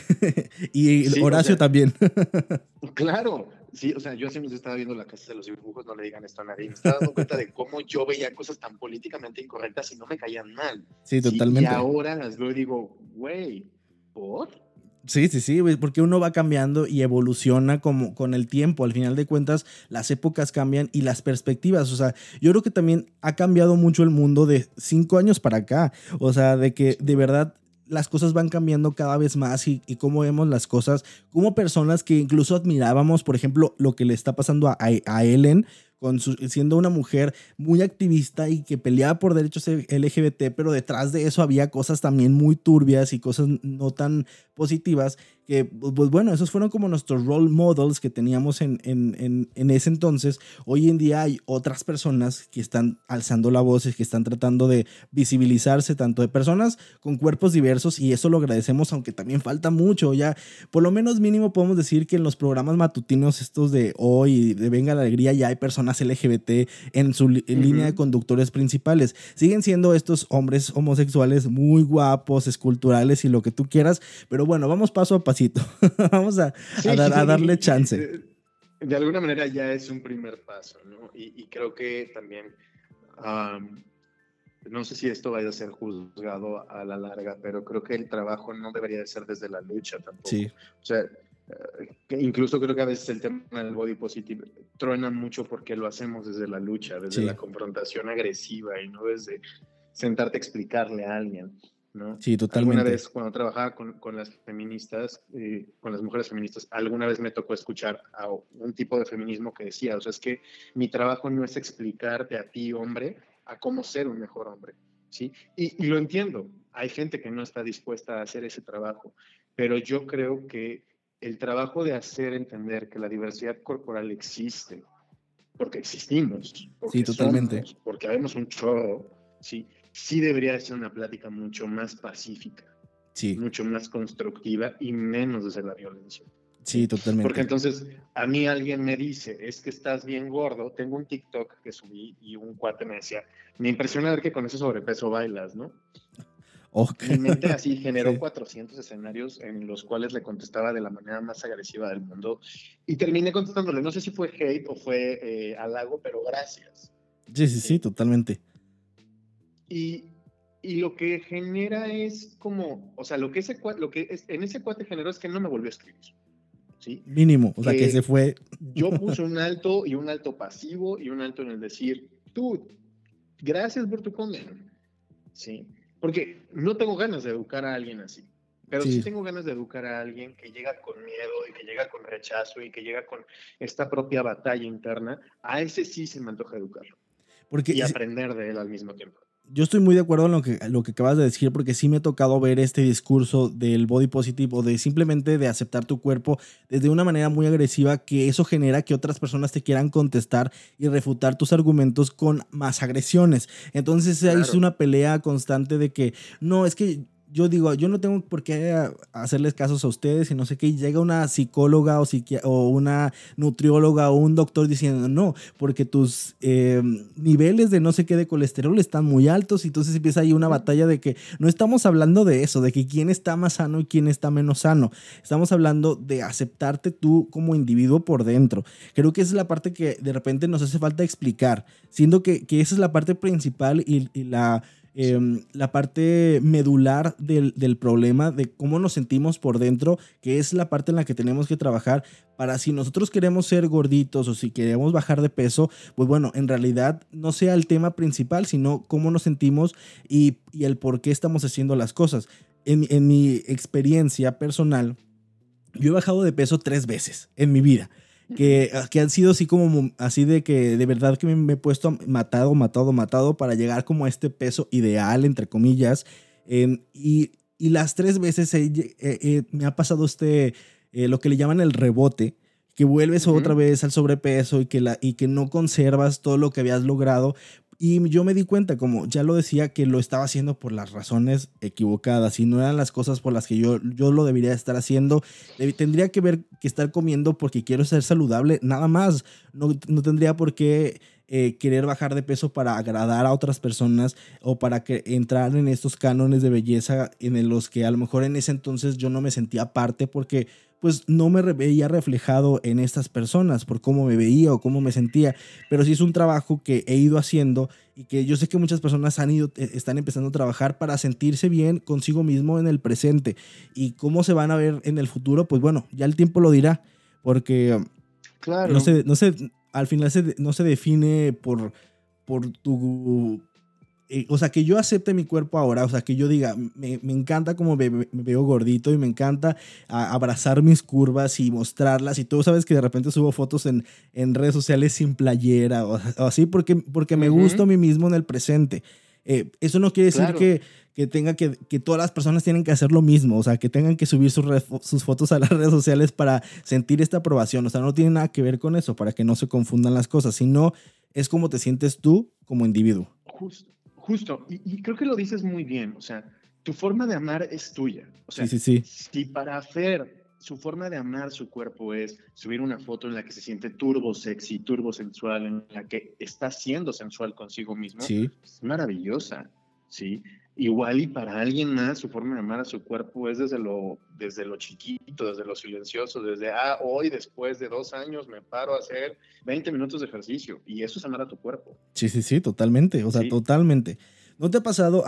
Y Sí, o Horacio sea, también. claro, sí, o sea, yo hace estaba viendo La Casa de los Dibujos, no le digan esto a nadie, y me estaba dando cuenta de cómo yo veía cosas tan políticamente incorrectas y no me caían mal, Sí, sí, y totalmente. ahora las veo y digo, güey, ¿por? Sí, sí, sí, güey, porque uno va cambiando y evoluciona como con el tiempo. Al final de cuentas, las épocas cambian y las perspectivas. O sea, yo creo que también ha cambiado mucho el mundo de 5 años para acá. O sea, de que Sin de duda. verdad las cosas van cambiando cada vez más y cómo vemos las cosas como personas que incluso admirábamos, por ejemplo, lo que le está pasando a Ellen. Siendo una mujer muy activista y que peleaba por derechos LGBT, pero detrás de eso había cosas también muy turbias y cosas no tan positivas, que pues bueno, esos fueron como nuestros role models que teníamos en ese entonces. Hoy en día hay otras personas que están alzando la voz y que están tratando de visibilizarse, tanto de personas con cuerpos diversos, y eso lo agradecemos, aunque también falta mucho. Ya por lo menos mínimo podemos decir que en los programas matutinos estos de hoy, de Venga la Alegría, ya hay personas LGBT en su Uh línea de -huh. conductores principales. Siguen siendo estos hombres homosexuales muy guapos, esculturales y lo que tú quieras, pero bueno, vamos paso a pasito. Vamos Sí, a darle chance. de alguna manera ya es un primer paso, ¿no? Y creo que también, um, no sé si esto vaya a ser juzgado a la larga, pero creo que el trabajo no debería de ser desde la lucha tampoco. Sí, O sea, Que incluso creo que a veces el tema del body positive truena mucho porque lo hacemos desde la lucha, desde Sí, la confrontación agresiva y no desde sentarte a explicarle a alguien, ¿no? sí, Alguna totalmente. vez cuando trabajaba con las feministas, con las mujeres feministas, alguna vez me tocó escuchar a un tipo de feminismo que decía, o sea, es que mi trabajo no es explicarte a ti, hombre, a cómo ser un mejor hombre, ¿sí? Y lo entiendo, hay gente que no está dispuesta a hacer ese trabajo, pero yo creo que el trabajo de hacer entender que la diversidad corporal existe, porque existimos, Sí, porque totalmente. somos, porque habemos un chorro, ¿sí? Sí debería ser una plática mucho más pacífica, Sí, mucho más constructiva y menos desde la violencia. sí, ¿Sí? Porque totalmente. entonces a mí alguien me dice, es que estás bien gordo, tengo un TikTok que subí y un cuate me decía, me impresiona ver que con ese sobrepeso bailas, ¿no? Ok. Mi mente así generó Sí. 400 escenarios en los cuales le contestaba de la manera más agresiva del mundo y terminé contestándole, no sé si fue hate o fue halago, pero gracias. Sí, sí, sí, ¿Sí? totalmente. Y, y lo que genera es como, o sea, lo que, lo que en ese cuate generó es que no me volvió a escribir. ¿Sí? Mínimo, o sea, que se Que fue. yo puse un alto y un alto pasivo y un alto en el decir, tú, gracias por tu comment. ¿Sí? Porque no tengo ganas de educar a alguien así, pero sí Sí, tengo ganas de educar a alguien que llega con miedo y que llega con rechazo y que llega con esta propia batalla interna. A ese sí se me antoja educarlo porque y aprender de él al mismo tiempo. yo estoy muy de acuerdo en lo que acabas de decir, porque sí me ha tocado ver este discurso del body positive o de simplemente de aceptar tu cuerpo desde una manera muy agresiva, que eso genera que otras personas te quieran contestar y refutar tus argumentos con más agresiones. Entonces ahí es Claro, una pelea constante de que, no, es que yo digo, yo no tengo por qué hacerles casos a ustedes y no sé qué, y llega una psicóloga o una nutrióloga o un doctor diciendo, no, porque tus niveles de no sé qué de colesterol están muy altos y entonces empieza ahí una batalla de que no estamos hablando de eso, de que quién está más sano y quién está menos sano. Estamos hablando de aceptarte tú como individuo por dentro. Creo que esa es la parte que de repente nos hace falta explicar, siendo que esa es la parte principal y la parte medular del problema, de cómo nos sentimos por dentro, que es la parte en la que tenemos que trabajar para si nosotros queremos ser gorditos o si queremos bajar de peso, pues bueno, en realidad no sea el tema principal, sino cómo nos sentimos y el por qué estamos haciendo las cosas. En mi experiencia personal, yo he bajado de peso 3 veces en mi vida. Que han sido así como así de que de verdad que me he puesto matado para llegar como a este peso ideal, entre comillas. Y las 3 veces me ha pasado lo que le llaman el rebote, que vuelves otra uh-huh. vez al sobrepeso y que no conservas todo lo que habías logrado. Y yo me di cuenta, como ya lo decía, que lo estaba haciendo por las razones equivocadas y no eran las cosas por las que yo lo debería estar haciendo. Tendría que ver que estar comiendo porque quiero ser saludable, nada más. No tendría por qué querer bajar de peso para agradar a otras personas o para entrar en estos cánones de belleza en los que a lo mejor en ese entonces yo no me sentía parte porque pues no me veía reflejado en estas personas por cómo me veía o cómo me sentía, pero sí es un trabajo que he ido haciendo y que yo sé que muchas personas están empezando a trabajar para sentirse bien consigo mismo en el presente y cómo se van a ver en el futuro, pues bueno, ya el tiempo lo dirá, porque Claro. al final no se define por tu o sea, que yo acepte mi cuerpo ahora, o sea, que yo diga, me encanta como me veo gordito y me encanta abrazar mis curvas y mostrarlas. Y tú sabes que de repente subo fotos en redes sociales sin playera o así porque me gusto a Uh-huh. mí mismo en el presente. Eso no quiere decir Claro. que todas las personas tienen que hacer lo mismo, o sea, que tengan que subir sus fotos a las redes sociales para sentir esta aprobación. O sea, no tiene nada que ver con eso, para que no se confundan las cosas, sino es como te sientes tú como individuo. Justo, y creo que lo dices muy bien, o sea, tu forma de amar es tuya, o Sí, sea, sí, sí. si para Fer su forma de amar su cuerpo es subir una foto en la que se siente turbo sexy, turbo sensual, en la que está siendo sensual consigo mismo, Sí. es maravillosa, ¿sí? Igual y para alguien más su forma de amar a su cuerpo es desde lo chiquito, desde lo silencioso, desde, hoy después de 2 años me paro a hacer 20 minutos de ejercicio y eso es amar a tu cuerpo, Sí, sí, sí, totalmente, o sea, ¿sí? totalmente. ¿No te ha pasado a mí?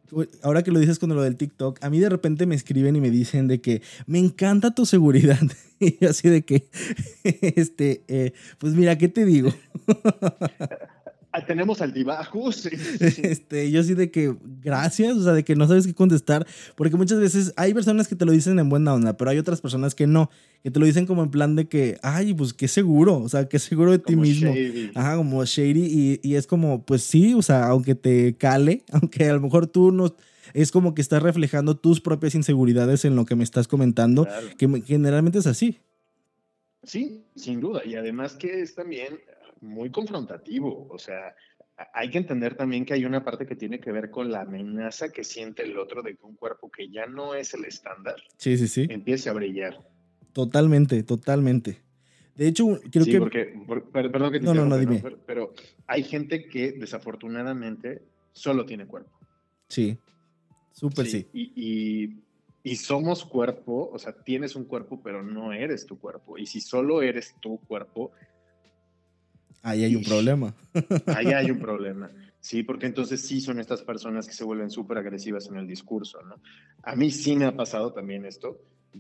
ahora que lo dices con lo del TikTok, a mí de repente me escriben y me dicen de que me encanta tu seguridad. Y yo así de que, pues mira, ¿qué te digo? Tenemos altibajos. Sí. Yo así de que, gracias, o sea, de que no sabes qué contestar, porque muchas veces hay personas que te lo dicen en buena onda, pero hay otras personas que no, que te lo dicen como en plan de que, ay, pues qué seguro, o sea, qué seguro de ti Como mismo. shady. Ajá, como shady, y es como, pues sí, o sea, aunque te cale, aunque a lo mejor tú no, es como que estás reflejando tus propias inseguridades en lo que me estás comentando, Claro. que generalmente es así. Sí, sin duda. Y además que es también muy confrontativo. O sea, hay que entender también que hay una parte que tiene que ver con la amenaza que siente el otro de que un cuerpo que ya no es el estándar Sí, sí, sí. empiece a brillar. Totalmente, totalmente. De hecho, creo Sí, que... porque, perdón que te No, no, no, interrumpa, ¿no? dime. Pero hay gente que desafortunadamente solo tiene cuerpo. Sí, súper sí. Sí, y somos cuerpo, o sea, tienes un cuerpo, pero no eres tu cuerpo. Y si solo eres tu cuerpo, Ahí hay un problema. ahí hay un problema. Sí, porque entonces sí son estas personas que se vuelven súper agresivas en el discurso, ¿no? A mí sí me ha pasado también esto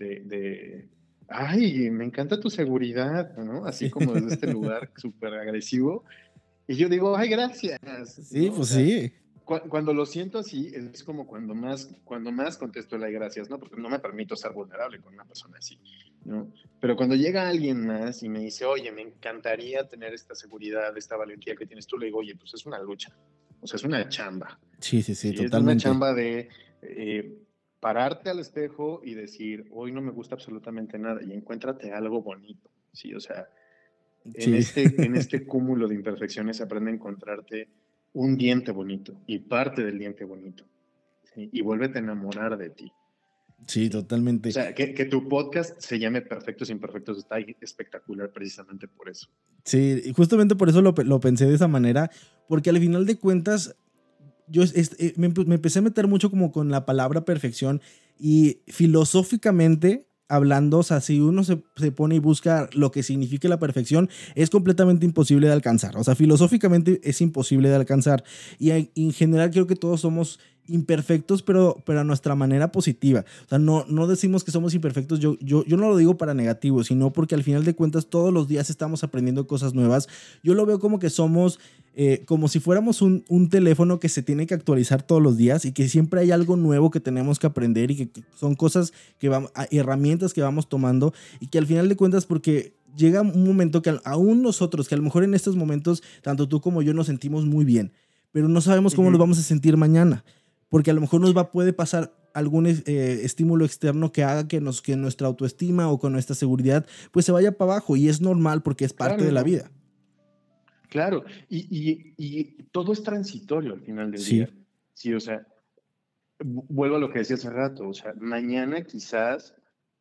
ay, me encanta tu seguridad, ¿no? Así Sí. como desde este lugar súper agresivo. Y yo digo, ay, gracias, Sí, ¿no? O pues sea, sí. cuando lo siento así, es como cuando más contesto el ay, gracias, ¿no? Porque no me permito ser vulnerable con una persona así, ¿no? Pero cuando llega alguien más y me dice, oye, me encantaría tener esta seguridad, esta valentía que tienes tú, le digo, oye, pues es una lucha, o sea, es una chamba, Sí, sí, sí, ¿sí? Es una totalmente. chamba de pararte al espejo y decir, hoy no me gusta absolutamente nada y encuéntrate algo bonito, ¿sí? O sea, Sí. en este cúmulo de imperfecciones aprende a encontrarte un diente bonito y parte del diente bonito, ¿sí? Y vuélvete a enamorar de ti, Sí, ¿sí? O totalmente. sea, que tu podcast se llame Perfectos Imperfectos está espectacular precisamente por eso. Sí, y justamente por eso lo pensé de esa manera, porque al final de cuentas, yo me empecé a meter mucho como con la palabra perfección y filosóficamente hablando, o sea, si uno se pone y busca lo que signifique la perfección, es completamente imposible de alcanzar. O sea, filosóficamente es imposible de alcanzar. Y en general creo que todos somos imperfectos, pero a nuestra manera positiva. O sea, no decimos que somos imperfectos, yo no lo digo para negativo, sino porque al final de cuentas todos los días estamos aprendiendo cosas nuevas. Yo lo veo como que somos como si fuéramos un teléfono que se tiene que actualizar todos los días y que siempre hay algo nuevo que tenemos que aprender y que son cosas que vamos, herramientas que vamos tomando y que al final de cuentas porque llega un momento que aún nosotros, que a lo mejor en estos momentos, tanto tú como yo nos sentimos muy bien, pero no sabemos cómo nos vamos a sentir mañana, porque a lo mejor puede pasar algún estímulo externo que haga que nuestra autoestima o con nuestra seguridad pues se vaya para abajo y es normal porque es parte de la Claro, vida. claro. Y todo es transitorio al final del Sí. día. Sí, o sea, vuelvo a lo que decía hace rato. O sea, mañana quizás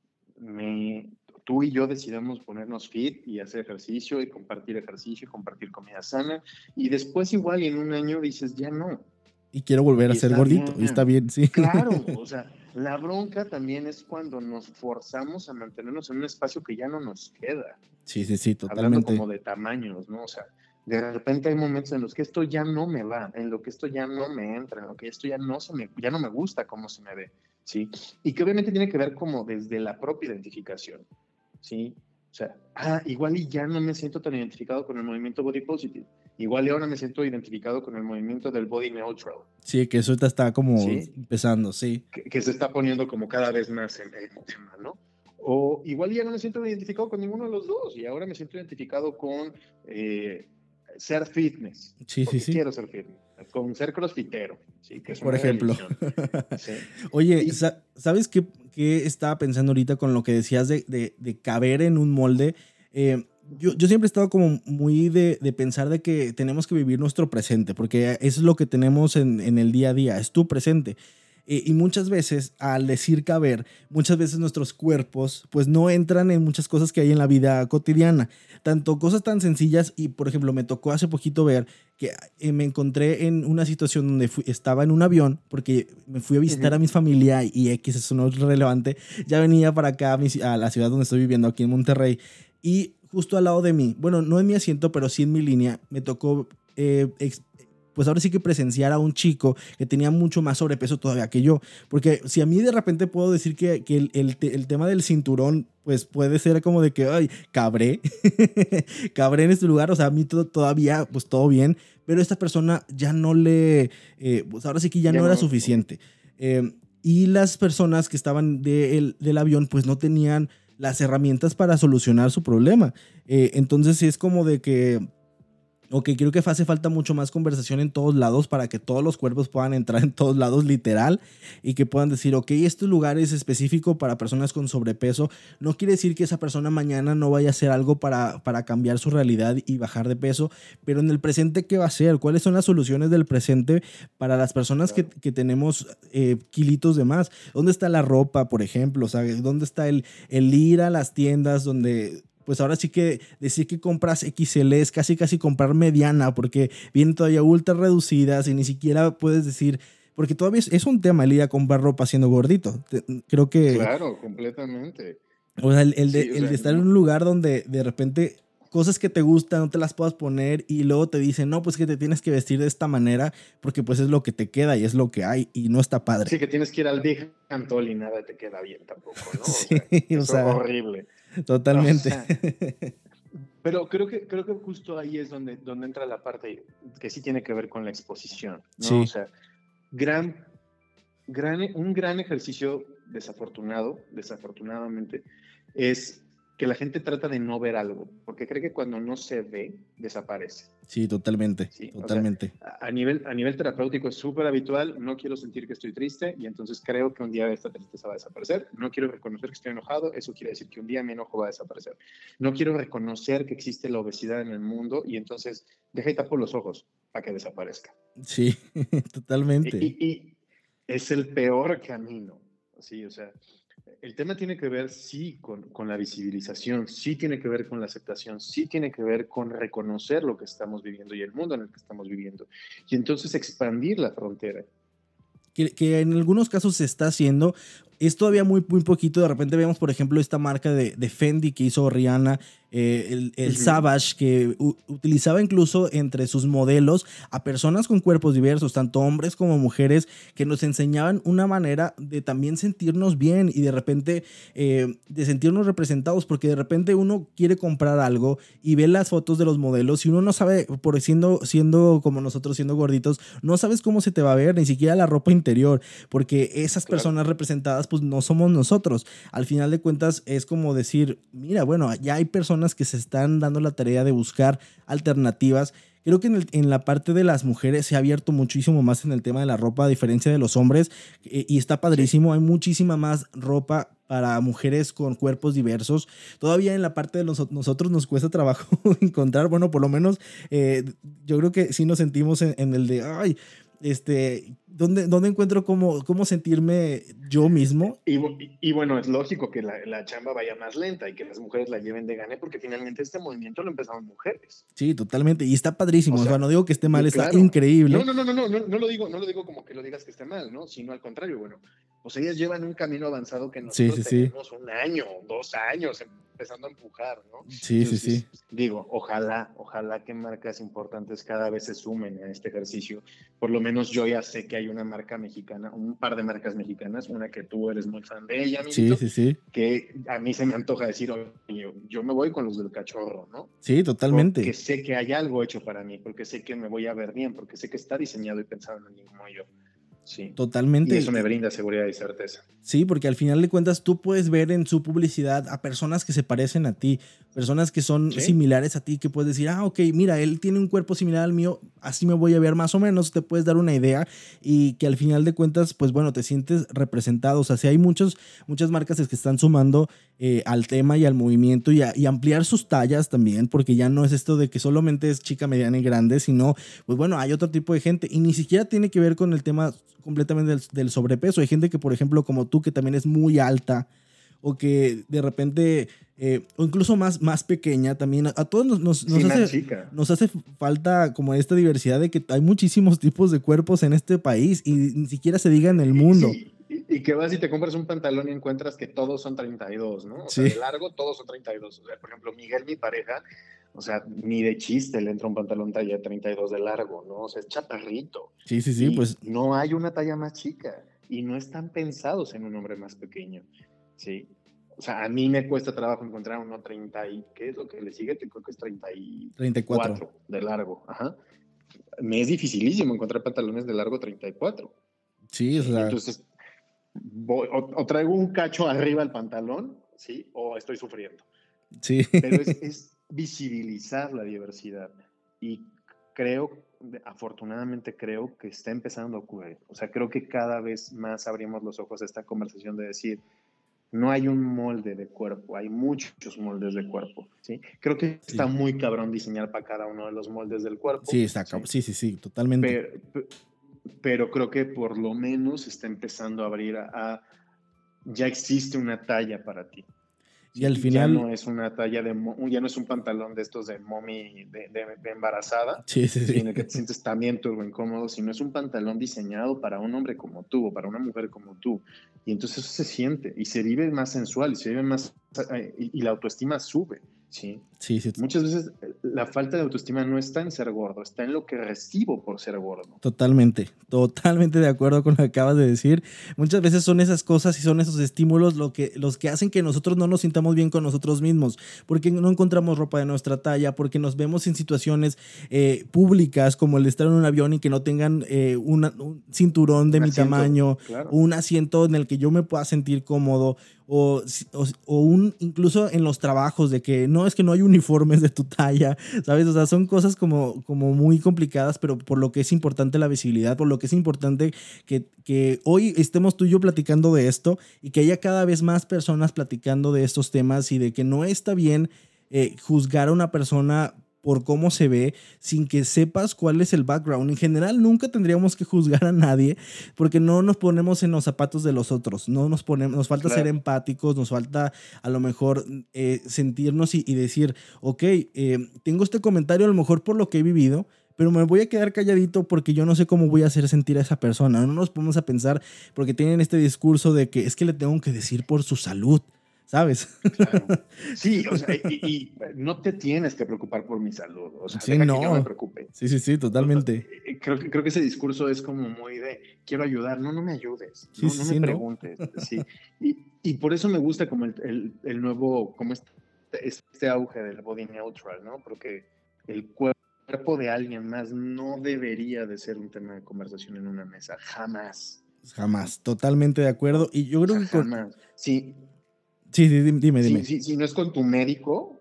tú y yo decidamos ponernos fit y hacer ejercicio y compartir comida sana. Y después igual y en un año dices, ya no. Y quiero volver a Y ser está gordito. Y está bien. bien, sí. Claro, o sea, la bronca también es cuando nos forzamos a mantenernos en un espacio que ya no nos queda, Sí, sí, sí, hablando totalmente. como de tamaños, ¿no? O sea, de repente hay momentos en los que esto ya no me va, en lo que esto ya no me entra, en lo que esto ya no me gusta cómo se me ve, ¿sí? Y que obviamente tiene que ver como desde la propia identificación, ¿sí? O sea, igual y ya no me siento tan identificado con el movimiento body positive. Igual y ahora me siento identificado con el movimiento del body neutral, Sí, que eso está como ¿sí? empezando, sí. Que se está poniendo como cada vez más en tema, ¿no? O igual ya no me siento identificado con ninguno de los dos y ahora me siento identificado con ser fitness, Sí, sí, porque sí. quiero ser fitness, con ser crossfitero, ¿sí? Que es Por una ejemplo. religión, ¿sí? Oye, Y, ¿sabes qué estaba pensando ahorita con lo que decías de caber en un molde? Yo siempre he estado como muy de pensar de que tenemos que vivir nuestro presente, porque eso es lo que tenemos en el día a día, es tu presente. Y muchas veces, al decir caber, muchas veces nuestros cuerpos pues no entran en muchas cosas que hay en la vida cotidiana. Tanto cosas tan sencillas y, por ejemplo, me tocó hace poquito ver que me encontré en una situación donde estaba en un avión porque me fui a visitar a mi familia y X, eso no es relevante. Ya venía para acá a la ciudad donde estoy viviendo, aquí en Monterrey. Y justo al lado de mí, bueno, no en mi asiento, pero sí en mi línea, me tocó pues ahora sí que presenciar a un chico que tenía mucho más sobrepeso todavía que yo. Porque si a mí de repente puedo decir que el tema del cinturón, pues puede ser como de que, ay, cabré, cabré en este lugar, o sea, a mí todavía, pues todo bien, pero esta persona ya no pues ahora sí que ya Ya no era no. suficiente. Y las personas que estaban del avión, pues no tenían las herramientas para solucionar su problema. Entonces es como de que ok, creo que hace falta mucho más conversación en todos lados para que todos los cuerpos puedan entrar en todos lados literal y que puedan decir, ok, este lugar es específico para personas con sobrepeso. No quiere decir que esa persona mañana no vaya a hacer algo para cambiar su realidad y bajar de peso, pero en el presente, ¿qué va a hacer? ¿Cuáles son las soluciones del presente para las personas que tenemos kilitos de más? ¿Dónde está la ropa, por ejemplo? O sea, ¿dónde está el ir a las tiendas donde pues ahora sí que decir que compras XL es casi comprar mediana porque vienen todavía ultra reducidas y ni siquiera puedes decir, porque todavía es un tema el ir a comprar ropa siendo gordito. Creo que, Claro, completamente. o sea, Sí, o el sea, de estar en un lugar donde de repente cosas que te gustan no te las puedas poner y luego te dicen, no, pues que te tienes que vestir de esta manera porque pues es lo que te queda y es lo que hay y no está padre. sí, que tienes que ir al Big Antol y nada te queda bien tampoco, ¿no? O Sí, sea, o eso sea, horrible. O totalmente. sea, pero creo que justo ahí es donde entra la parte que sí tiene que ver con la exposición, ¿no? O Sí, sea, un gran ejercicio desafortunadamente, es que la gente trata de no ver algo, porque cree que cuando no se ve, desaparece. sí, totalmente, ¿Sí? O sea, totalmente. a nivel terapéutico es súper habitual, no quiero sentir que estoy triste y entonces creo que un día esta tristeza va a desaparecer, no quiero reconocer que estoy enojado, eso quiere decir que un día mi enojo va a desaparecer, no quiero reconocer que existe la obesidad en el mundo y entonces deja y tapo los ojos para que desaparezca. Sí, totalmente. Y es el peor camino, ¿sí? O sea, el tema tiene que ver, sí, con la visibilización, sí tiene que ver con la aceptación, sí tiene que ver con reconocer lo que estamos viviendo y el mundo en el que estamos viviendo. Y entonces expandir la frontera. Que en algunos casos se está haciendo. Es todavía muy poquito. De repente vemos, por ejemplo, esta marca de Fendi que hizo Rihanna, el Savage, que utilizaba incluso entre sus modelos a personas con cuerpos diversos, tanto hombres como mujeres, que nos enseñaban una manera de también sentirnos bien y de repente de sentirnos representados, porque de repente uno quiere comprar algo y ve las fotos de los modelos y uno no sabe, por siendo como nosotros, siendo gorditos, no sabes cómo se te va a ver, ni siquiera la ropa interior, porque esas personas representadas pues no somos nosotros. Al final de cuentas es como decir, mira, bueno, ya hay personas que se están dando la tarea de buscar alternativas. Creo que en la parte de las mujeres se ha abierto muchísimo más en el tema de la ropa, a diferencia de los hombres, y está padrísimo. Sí. Hay muchísima más ropa para mujeres con cuerpos diversos. Todavía en la parte de nosotros nos cuesta trabajo encontrar, bueno, por lo menos yo creo que sí nos sentimos en el de, ay, ¿dónde encuentro cómo sentirme yo mismo? Y bueno, es lógico que la chamba vaya más lenta y que las mujeres la lleven de gane porque finalmente este movimiento lo empezaron mujeres. Sí, totalmente. Y está padrísimo. O sea, no digo que esté mal, está claro. increíble. No lo digo como que lo digas que esté mal, ¿no? Sino al contrario, bueno, pues ellas llevan un camino avanzado que nosotros tenemos 1 año, 2 años empezando a empujar, ¿no? Sí, entonces, sí. Digo, ojalá que marcas importantes cada vez se sumen a este ejercicio. Por lo menos yo ya sé que hay una marca mexicana, un par de marcas mexicanas, una que tú eres muy fan de ella, amiguito, sí. que a mí se me antoja decir, oye, yo me voy con los del cachorro, ¿no? Sí, totalmente. Porque sé que hay algo hecho para mí, porque sé que me voy a ver bien, porque sé que está diseñado y pensado en alguien como yo. Sí. Totalmente. Y eso me brinda seguridad y certeza. Sí, porque al final de cuentas tú puedes ver en su publicidad a personas que se parecen a ti, personas que son similares a ti, que puedes decir, ok, mira, él tiene un cuerpo similar al mío, así me voy a ver más o menos, te puedes dar una idea y que al final de cuentas, pues bueno, te sientes representado. O sea, sí hay muchas marcas que están sumando al tema y al movimiento y ampliar sus tallas también, porque ya no es esto de que solamente es chica, mediana y grande, sino, pues bueno, hay otro tipo de gente y ni siquiera tiene que ver con el tema completamente del sobrepeso. Hay gente que, por ejemplo, como tú, que también es muy alta o que de repente, o incluso más pequeña también, a todos nos hace falta como esta diversidad de que hay muchísimos tipos de cuerpos en este país y ni siquiera se diga en el mundo. Sí. Y que vas y te compras un pantalón y encuentras que todos son 32, ¿no? O sea, de largo todos son 32. O sea, por ejemplo, Miguel, mi pareja, O sea, ni de chiste le entra un pantalón talla 32 de largo, ¿no? O sea, es chaparrito. Sí, sí, sí, Y pues no hay una talla más chica. Y no están pensados en un hombre más pequeño, ¿sí? O sea, a mí me cuesta trabajo encontrar uno 30 y, ¿qué es lo que le sigue? Creo que es 34. 34 de largo. Ajá. Me es dificilísimo encontrar pantalones de largo 34. Sí, o ¿Sí? Y sea, entonces o traigo un cacho arriba al pantalón, ¿sí? O estoy sufriendo. sí. Pero es visibilizar la diversidad. Y creo, afortunadamente creo que está empezando a ocurrir. O sea, creo que cada vez más abrimos los ojos a esta conversación de decir, no hay un molde de cuerpo, hay muchos moldes de cuerpo, ¿sí? Creo que está Sí, muy cabrón diseñar para cada uno de los moldes del cuerpo, sí, está, ¿sí? sí, sí, sí, totalmente. Pero, pero creo que por lo menos está empezando a abrir ya existe una talla para ti. Y ¿Sí? al Ya final, no es una talla ya no es un pantalón de estos de mommy de embarazada, sí, sí, ¿sí? sí. En el que te sientes también turbo incómodo, sino es un pantalón diseñado para un hombre como tú o para una mujer como tú. Y entonces eso se siente y se vive más sensual y se vive más y la autoestima sube, ¿sí? Sí, sí, Muchas veces la falta de autoestima no está en ser gordo, está en lo que recibo por ser gordo. totalmente, totalmente de acuerdo con lo que acabas de decir. Muchas veces son esas cosas y son esos estímulos los que hacen que nosotros no nos sintamos bien con nosotros mismos, porque no encontramos ropa de nuestra talla, porque nos vemos en situaciones públicas como el de estar en un avión y que no tengan un cinturón de Un mi asiento, tamaño o claro. un asiento en el que yo me pueda sentir cómodo. O incluso en los trabajos de que no es que no hay uniformes de tu talla, ¿sabes? O sea, son cosas como muy complicadas, pero por lo que es importante la visibilidad, por lo que es importante que hoy estemos tú y yo platicando de esto y que haya cada vez más personas platicando de estos temas y de que no está bien juzgar a una persona por cómo se ve sin que sepas cuál es el background. En general, nunca tendríamos que juzgar a nadie porque no nos ponemos en los zapatos de los otros, no nos ponemos, nos falta ser Claro. empáticos, nos falta a lo mejor sentirnos y decir, ok, tengo este comentario a lo mejor por lo que he vivido, pero me voy a quedar calladito porque yo no sé cómo voy a hacer sentir a esa persona. No nos ponemos a pensar porque tienen este discurso de que es que le tengo que decir por su salud, ¿sabes? Claro. Sí, o sea, y no te tienes que preocupar por mi salud, o sea, Sí, deja que yo me no. preocupe. Sí, sí, sí, totalmente. Creo que ese discurso es como muy de, quiero ayudar, no, no me ayudes, Sí, no, sí, no me sí, no. preguntes, sí. Y por eso me gusta como el nuevo, como este auge del body neutral, ¿no? Porque el cuerpo de alguien más no debería de ser un tema de conversación en una mesa, jamás, Jamás, totalmente de acuerdo. ¿no? Y yo O creo sea, que con... jamás. Sí, Sí, sí, dime, si, dime. si, si no es con tu médico,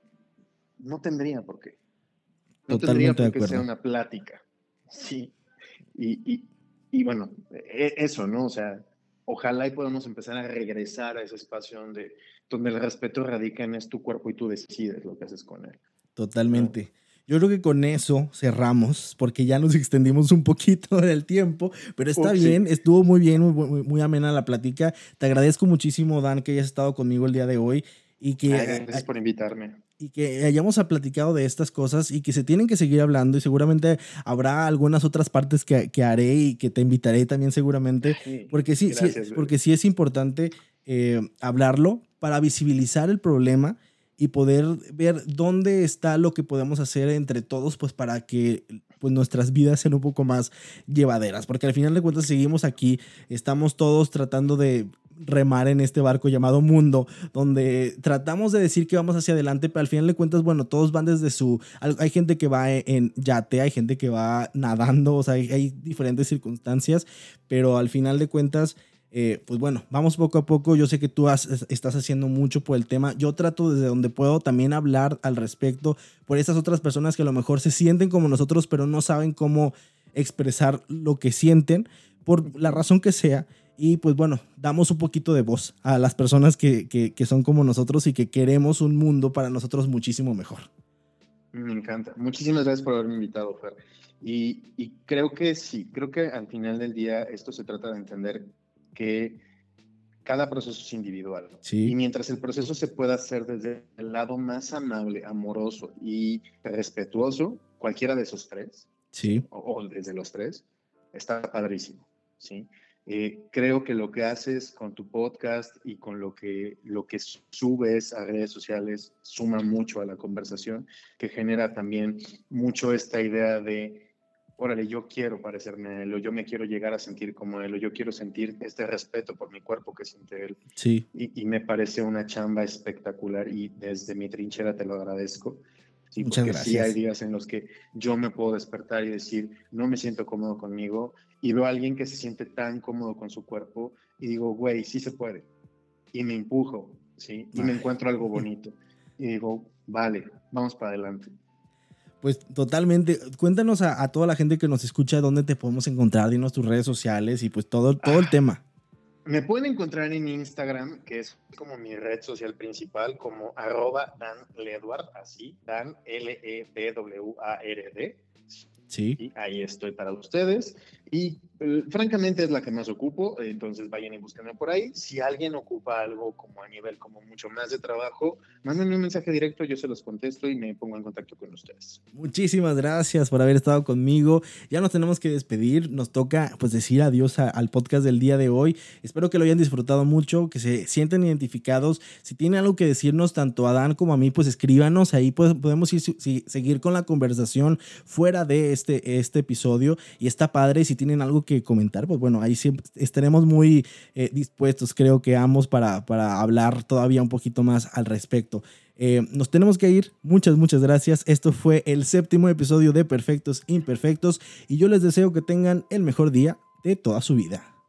no tendría por qué. No tendría Totalmente de por qué ser acuerdo. una plática. Sí. Y, y, y bueno, eso, ¿no? O sea, ojalá y podamos empezar a regresar a ese espacio donde el respeto radica en es tu cuerpo y tú decides lo que haces con él, ¿no? Totalmente. Yo creo que con eso cerramos, porque ya nos extendimos un poquito del tiempo, pero está Sí. bien, estuvo muy bien, muy amena la plática. Te agradezco muchísimo, Dan, que hayas estado conmigo el día de hoy y Ay, gracias por invitarme. que hayamos platicado de estas cosas y que se tienen que seguir hablando y seguramente habrá algunas otras partes que haré y que te invitaré también seguramente, Ay, porque sí, sí, gracias, bebé. porque sí es importante hablarlo para visibilizar el problema y poder ver dónde está lo que podemos hacer entre todos, pues para que pues nuestras vidas sean un poco más llevaderas, porque al final de cuentas seguimos aquí, estamos todos tratando de remar en este barco llamado mundo, donde tratamos de decir que vamos hacia adelante, pero al final de cuentas, bueno, todos van desde su... Hay gente que va en yate, hay gente que va nadando, o sea, hay diferentes circunstancias, pero al final de cuentas, pues bueno, vamos poco a poco. Yo sé que tú estás haciendo mucho por el tema. Yo trato desde donde puedo también hablar al respecto por esas otras personas que a lo mejor se sienten como nosotros, pero no saben cómo expresar lo que sienten por la razón que sea. Y pues bueno, damos un poquito de voz a las personas que son como nosotros y que queremos un mundo para nosotros muchísimo mejor. Me encanta. Muchísimas gracias por haberme invitado, Fer. Y creo que sí, creo que al final del día esto se trata de entender que cada proceso es individual, ¿no? Y Sí, mientras el proceso se pueda hacer desde el lado más amable, amoroso y respetuoso, cualquiera de esos tres, ¿sí? sí, O desde los tres, está padrísimo, ¿sí? Creo que lo que haces con tu podcast y con lo que subes a redes sociales suma mucho a la conversación, que genera también mucho esta idea de, órale, yo quiero parecerme a él, o yo me quiero llegar a sentir como él, o yo quiero sentir este respeto por mi cuerpo que siente él. Sí. Y me parece una chamba espectacular y desde mi trinchera te lo agradezco. Sí, Muchas porque sí hay gracias. días en los que yo me puedo despertar y decir, no me siento cómodo conmigo, y veo a alguien que se siente tan cómodo con su cuerpo y digo, güey, sí se puede. Y me empujo, ¿sí? Y me Ay. encuentro algo bonito. Y digo, vale, vamos para adelante. Pues totalmente. Cuéntanos a toda la gente que nos escucha dónde te podemos encontrar, dinos tus redes sociales y pues todo el tema. Me pueden encontrar en Instagram, que es como mi red social principal, como @DanLedward, así, Dan, L-E-D-W-A-R-D. Sí. Y ahí estoy para ustedes. Y francamente es la que más ocupo, entonces vayan y búsquenme por ahí. Si alguien ocupa algo como a nivel como mucho más de trabajo, mándenme un mensaje directo, yo se los contesto y me pongo en contacto con ustedes. Muchísimas gracias por haber estado conmigo. Ya nos tenemos que despedir. Nos toca pues decir adiós al podcast del día de hoy. Espero que lo hayan disfrutado mucho, que se sientan identificados. Si tienen algo que decirnos tanto a Dan como a mí, pues escríbanos. Ahí podemos seguir con la conversación fuera de este episodio. Y está padre. Si tienen algo que comentar, pues bueno, ahí siempre estaremos muy dispuestos, creo que ambos, para hablar todavía un poquito más al respecto. Nos tenemos que ir. Muchas gracias. Esto fue el 7º episodio de Perfectos Imperfectos y yo les deseo que tengan el mejor día de toda su vida.